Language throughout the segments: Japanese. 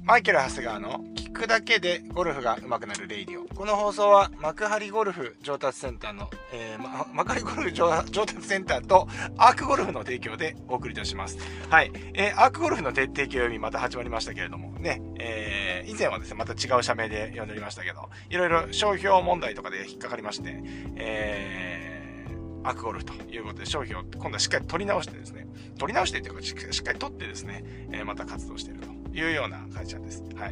マイケル・長谷川の聞くだけでゴルフが上手くなるレイディオ。この放送は幕張ゴルフ上達センターの、幕張ゴルフ上達センターとアークゴルフの提供でお送りいたします。はい。アークゴルフの提供読みまた始まりましたけれどもね、以前はですね、また違う社名で呼んでおりましたけど、いろいろ商標問題とかで引っかかりまして、アークゴルフということで商標を今度はしっかり取り直してですね、取り直してというかしっかり取ってですね、また活動しているというような会社です。はい。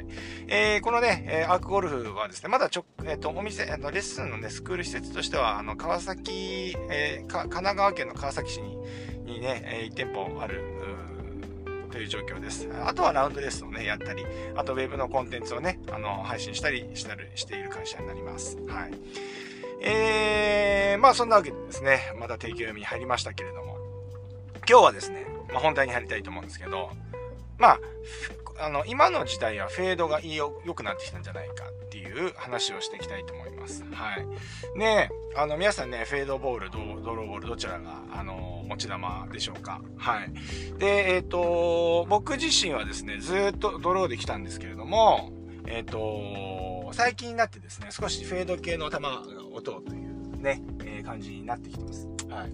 このね、アークゴルフはですね、まだお店、レッスンのね、スクール施設としては、川崎、神奈川県の川崎市にね、1店舗ある、という状況です。あとはラウンドレッスンをね、やったり、あとウェブのコンテンツをね、配信したりしている会社になります。はい。まあそんなわけでですね、また提供読みに入りましたけれども、今日はですね、本題に入りたいと思うんですけど、今の時代はフェードが良くなってきたんじゃないかっていう話をしていきたいと思います。はい。ねえ、皆さんね、フェードボール、ドローボール、どちらが、持ち玉でしょうか。はい。で、僕自身はですね、ずっとドローできたんですけれども、最近になってですね、少しフェード系の球が打とうというね、感じになってきてます。はい。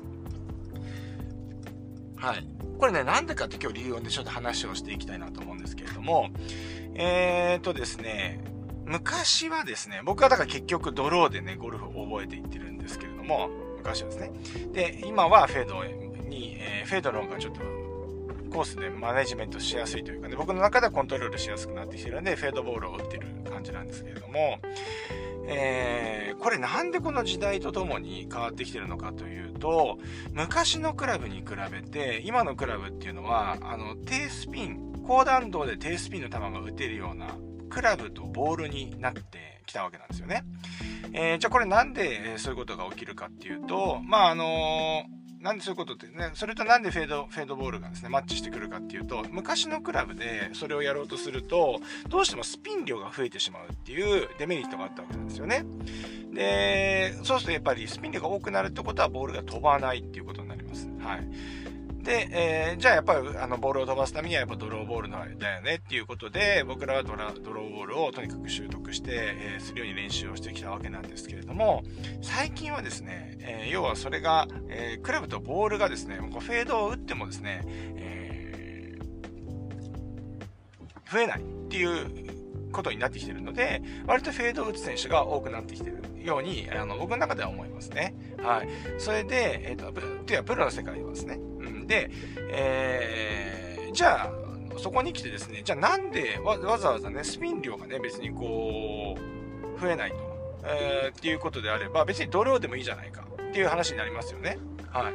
はい。これね、なんでかって今日理由をね、ちょっと話をしていきたいなと思うんですけれども、ですね、昔はですね、僕はだから結局ドローでね、ゴルフを覚えていってるんですけれども、昔はですね。で、今はフェードの方がちょっとコースでマネジメントしやすいというかね、僕の中ではコントロールしやすくなってきてるんで、フェードボールを打ってる感じなんですけれども、これなんでこの時代とともに変わってきてるのかというと、昔のクラブに比べて、今のクラブっていうのは、低スピン、高弾道で低スピンの球が打てるような、クラブとボールになってきたわけなんですよね。じゃあこれなんでそういうことが起きるかっていうと、なんでそういうことってね、それとなんでフェードボールがですね、マッチしてくるかっていうと、昔のクラブでそれをやろうとすると、どうしてもスピン量が増えてしまうっていうデメリットがあったわけなんですよね。で、そうするとやっぱりスピン量が多くなるってことはボールが飛ばないっていうことになります。はい。で、じゃあやっぱりボールを飛ばすためにはやっぱドローボールだよねっていうことで、僕らはドローボールをとにかく習得して、するように練習をしてきたわけなんですけれども、最近はですね、要はそれが、クラブとボールがですね、フェードを打ってもですね、増えないっていうことになってきてるので、割とフェードを打つ選手が多くなってきてるように、僕の中では思いますね。はい。それで、プロの世界ではですね。で、じゃあ、そこに来てですね、じゃあなんでわざわざね、スピン量がね、別にこう、増えないと、っていうことであれば、別にドローでもいいじゃないかっていう話になりますよね。はい。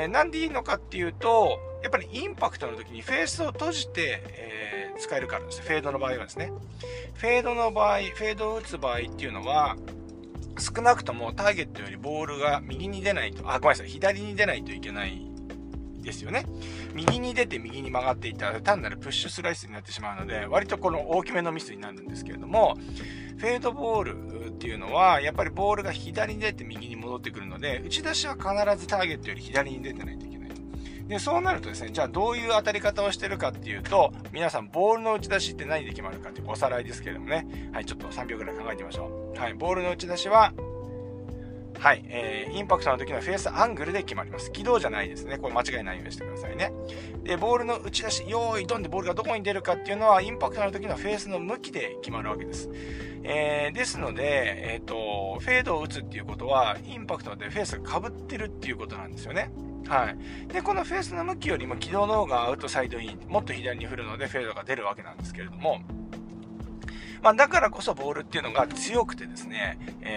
なんでいいのかっていうと、やっぱりインパクトの時にフェースを閉じて、使えるからです。フェードの場合はですね。フェードを打つ場合っていうのは、少なくともターゲットよりボールが右に出ないと、ごめんなさい、左に出ないといけないですよね。右に出て右に曲がっていったら単なるプッシュスライスになってしまうので、割とこの大きめのミスになるんですけれども、フェードボールっていうのは、やっぱりボールが左に出て右に戻ってくるので、打ち出しは必ずターゲットより左に出てないといけない。で、そうなるとですね、じゃあどういう当たり方をしてるかっていうと、皆さんボールの打ち出しって何で決まるかっていうおさらいですけれどもね。はい、ちょっと3秒ぐらい考えてみましょう。はい、ボールの打ち出しは、はい、インパクトの時のフェースアングルで決まります。軌道じゃないですね。これ間違いないようにしてくださいね。で、ボールの打ち出し、用意ドンでボールがどこに出るかっていうのは、インパクトの時のフェースの向きで決まるわけです。ですので、フェードを打つっていうことは、インパクトでフェースが被ってるっていうことなんですよね。はい。で、このフェースの向きよりも軌道の方がアウトサイドイン、もっと左に振るのでフェードが出るわけなんですけれども、だからこそボールっていうのが強くてですね、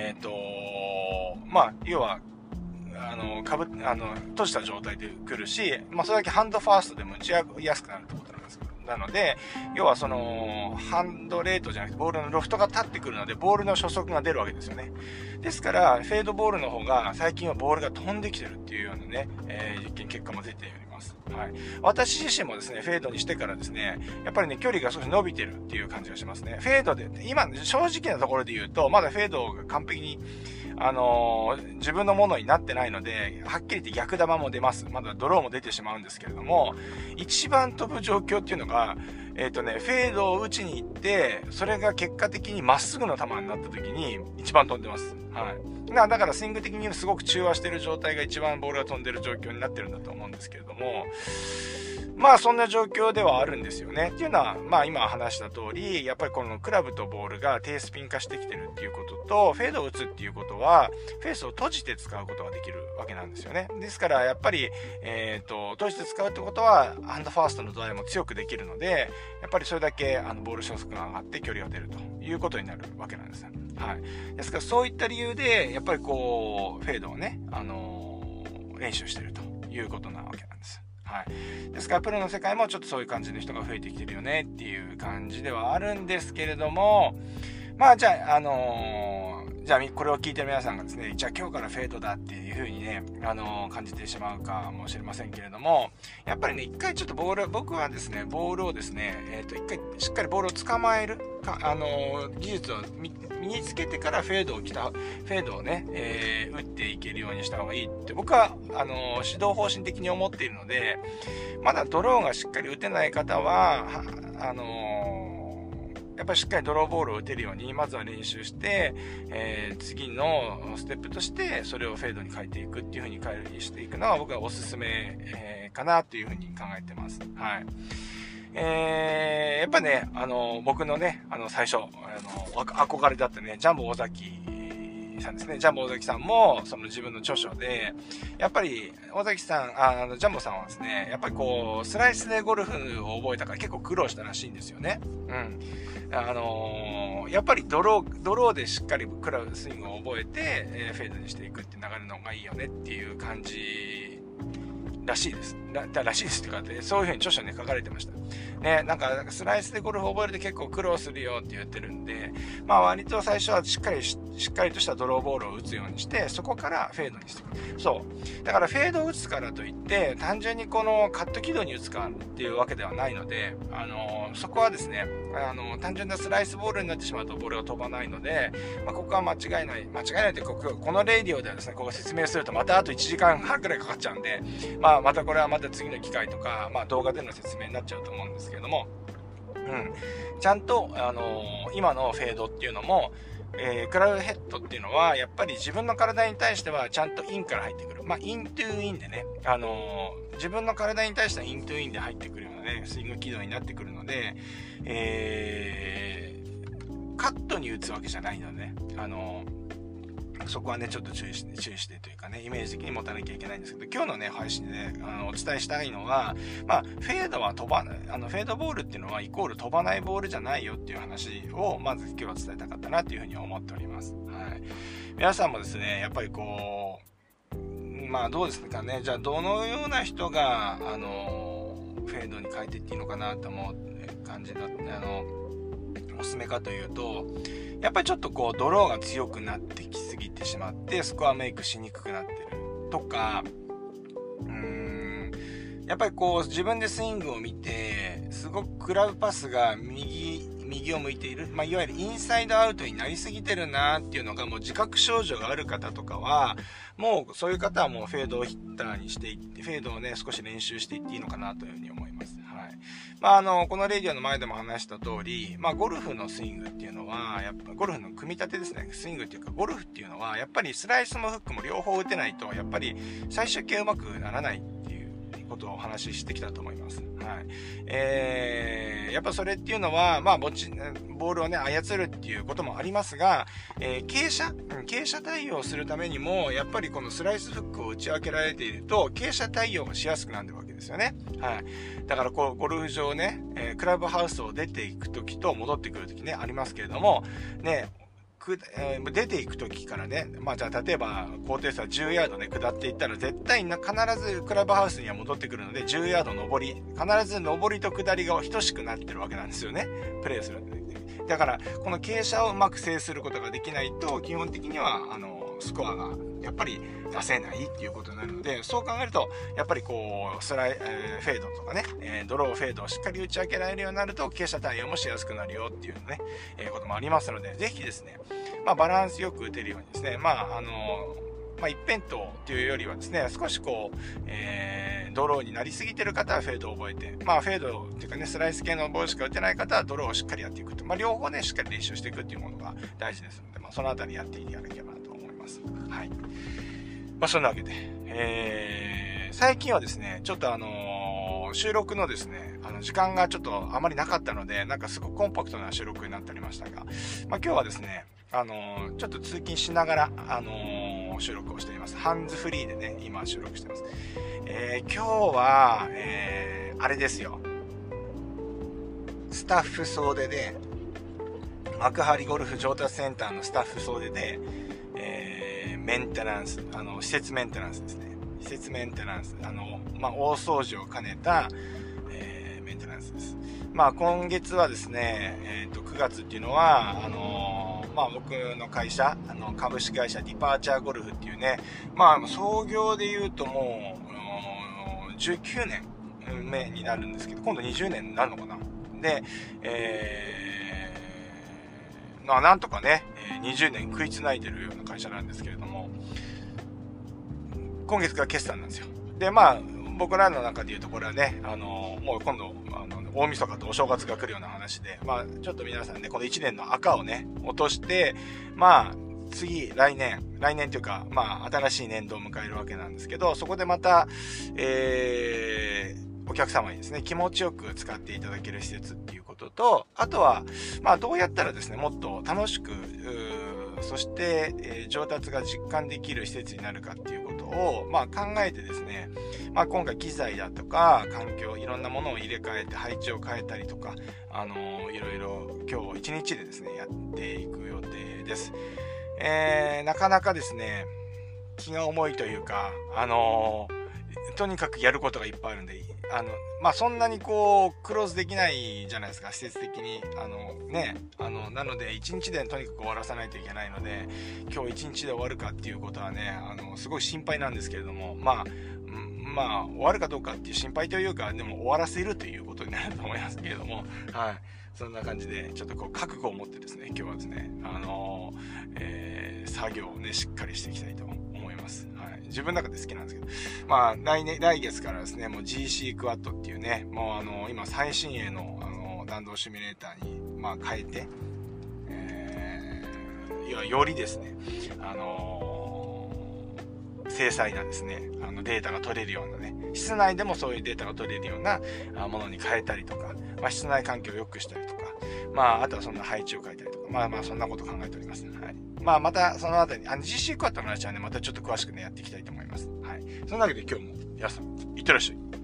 要は、閉じた状態で来るし、それだけハンドファーストでも打ちやすくなるってことなんです。なので、要はその、ハンドレートじゃなくて、ボールのロフトが立ってくるので、ボールの初速が出るわけですよね。ですから、フェードボールの方が、最近はボールが飛んできてるっていうようなね、実験結果も出ております。はい。私自身もですね、フェードにしてからですね、やっぱりね、距離が少し伸びてるっていう感じがしますね。フェードで、今、正直なところで言うと、まだフェードが完璧に、 自分のものになってないので、はっきり言って逆球も出ます。まだドローも出てしまうんですけれども、一番飛ぶ状況っていうのが、フェードを打ちに行って、それが結果的にまっすぐの球になった時に一番飛んでます。はい。だからスイング的にすごく中和している状態が一番ボールが飛んでる状況になってるんだと思うんですけれども、まあそんな状況ではあるんですよね。っていうのは、まあ今話した通り、やっぱりこのクラブとボールが低スピン化してきてるっていうことと、フェードを打つっていうことは、フェースを閉じて使うことができるわけなんですよね。ですからやっぱり、閉じて使うってことは、ハンドファーストの度合いも強くできるので、やっぱりそれだけボール初速が上がって距離が出るということになるわけなんです。はい。ですからそういった理由で、やっぱりこう、フェードをね、練習してるということなわけなんです。はい。ですからプロの世界もちょっとそういう感じの人が増えてきてるよねっていう感じではあるんですけれども、まあじゃあ、じゃあこれを聞いてる皆さんがですね、じゃあ今日からフェードだっていう風にね、感じてしまうかもしれませんけれども、やっぱりね、一回ちょっと僕はですね、ボールをですね、一回しっかりボールを捕まえる技術を身につけてからフェードをね、打っていけるようにした方がいいって僕は指導方針的に思っているので、まだドローがしっかり打てない方はやっぱりしっかりドローボールを打てるようにまずは練習して、次のステップとしてそれをフェードに変えていくっていう風にしていくのが僕はおすすめ、かなという風に考えてます。はい。やっぱね、僕のね、最初、憧れだったね、ジャンボ尾崎さんですね。ジャンボ尾崎さんも、その自分の著書で、やっぱり、尾崎さん、ジャンボさんはですね、やっぱりこう、スライスでゴルフを覚えたから結構苦労したらしいんですよね。うん。やっぱりドローでしっかりクラブスイングを覚えて、フェードにしていくって流れの方がいいよねっていう感じらしいです。らしいですっていうか、そういうふうに著書に書かれてました。ね、なんかスライスでゴルフを覚えると結構苦労するよって言ってるんで、まあ割と最初はしっかりとしたドローボールを打つようにして、そこからフェードにしていく。そう。だからフェードを打つからといって、単純にこのカット軌道に打つかっていうわけではないので、そこはですね、単純なスライスボールになってしまうとボールが飛ばないので、まあ、ここは間違いないってこのレイディオではですね、ここ説明するとまたあと1時間半くらいかかっちゃうんで、まあまたこれはまた次の機会とか、まあ動画での説明になっちゃうと思うんですけれども、ちゃんと、今のフェードっていうのも、クラブヘッドっていうのはやっぱり自分の体に対してはちゃんとインから入ってくる。まあイントゥインでね、自分の体に対してはイントゥインで入ってくるようなね、スイング軌道になってくるので、カットに打つわけじゃないのでね、そこはね、ちょっと注意してというかね、イメージ的に持たなきゃいけないんですけど、今日のね、配信でね、お伝えしたいのは、まあ、フェードはフェードボールっていうのはイコール飛ばないボールじゃないよっていう話を、まず今日は伝えたかったなというふうに思っております。はい。皆さんもですね、やっぱりこう、まあどうですかね、じゃあどのような人が、フェードに変えていっていいのかなと思う感じだおすすめかというと、やっぱりちょっとこうドローが強くなってきすぎてしまってスコアメイクしにくくなってるとか、やっぱりこう自分でスイングを見てすごくクラブパスが右を向いている、まあ、いわゆるインサイドアウトになりすぎてるなっていうのがもう自覚症状がある方とかは、もうそういう方はもうフェードをヒッターにしていって、フェードをね少し練習していっていいのかなというふうに思います。はい。まあこのレディオの前でも話した通り、まあゴルフのスイングっていうのはやっぱゴルフの組み立てですね。スイングっていうかゴルフっていうのはやっぱりスライスもフックも両方打てないとやっぱり最終形うまくならないっていうことをお話ししてきたと思います。はい。やっぱそれっていうのはまあボールをね操るっていうこともありますが、傾斜対応するためにもやっぱりこのスライスフックを打ち分けられていると傾斜対応がしやすくなるわけですよね。はい。だからこうゴルフ場ね、クラブハウスを出ていくときと戻ってくるときねありますけれどもね。出ていく時からね、まあじゃあ例えば高低差10ヤードね下っていったら絶対必ずクラブハウスには戻ってくるので10ヤード上り、必ず上りと下りが等しくなってるわけなんですよね、プレーするんで。だからこの傾斜をうまく制することができないと基本的にはスコアがやっぱり出せないっていうことになるので、そう考えるとやっぱりこうフェードとかね、ドローフェードをしっかり打ち分けられるようになると傾斜対応もしやすくなるよっていうね、こともありますので、ぜひですね、バランスよく打てるようにですね、一辺倒というよりはですね、少しこう、ドローになりすぎてる方はフェードを覚えて、フェードっていうかね、スライス系のボールしか打てない方はドローをしっかりやっていくと。両方ね、しっかり練習していくっていうものが大事ですので、そのあたりやっていただければなと思います。はい。そんなわけで、最近はですね、ちょっと収録のですね、時間がちょっとあまりなかったので、なんかすごくコンパクトな収録になっておりましたが、今日はですね、ちょっと通勤しながら、収録をしています。ハンズフリーでね、今収録してます。今日は、あれですよ。スタッフ総出で、幕張ゴルフ上達センターのスタッフ総出で、メンテナンス、施設メンテナンスですね。施設メンテナンス、大掃除を兼ねた、メンテナンスです。今月はですね、9月っていうのは、僕の会社、株式会社ディパーチャーゴルフっていうね、創業で言うともう、19年目になるんですけど、今度20年になるのかな。で、なんとかね、20年食いつないでるような会社なんですけれども、今月から決算なんですよ。で、僕らの中で言うとこれはね、もう今度、大晦日とお正月が来るような話で、ちょっと皆さんね、この1年の赤をね、落として、次、来年というか、新しい年度を迎えるわけなんですけど、そこでまた、お客様にですね、気持ちよく使っていただける施設っていうことと、あとは、どうやったらですね、もっと楽しく、そして、上達が実感できる施設になるかっていうことを、考えてですね、今回機材だとか環境いろんなものを入れ替えて配置を変えたりとか、いろいろ今日一日でですねやっていく予定です。なかなかですね気が重いというか、とにかくやることがいっぱいあるんで、そんなにこうクローズできないじゃないですか、施設的になので一日でとにかく終わらさないといけないので、今日一日で終わるかっていうことはね、すごい心配なんですけれども、終わるかどうかっていう心配というか、でも終わらせるということになると思いますけれども、はい、そんな感じでちょっとこう覚悟を持ってですね、今日はですね、作業をねしっかりしていきたいと思います。はい、自分の中で好きなんですけど、来月からですね、もう GC クワッドっていうね、もう今最新鋭の弾道シミュレーターに変えて、よりですね、精細なですね、データが取れるようなね、室内でもそういうデータが取れるようなものに変えたりとか、室内環境を良くしたりとか、あとはそんな配置を変えたりとか、そんなことを考えております。はい。またそのあたり、GC クワッドの話はね、またちょっと詳しくね、やっていきたいと思います。はい。そんなわけで今日も皆さん、いってらっしゃい。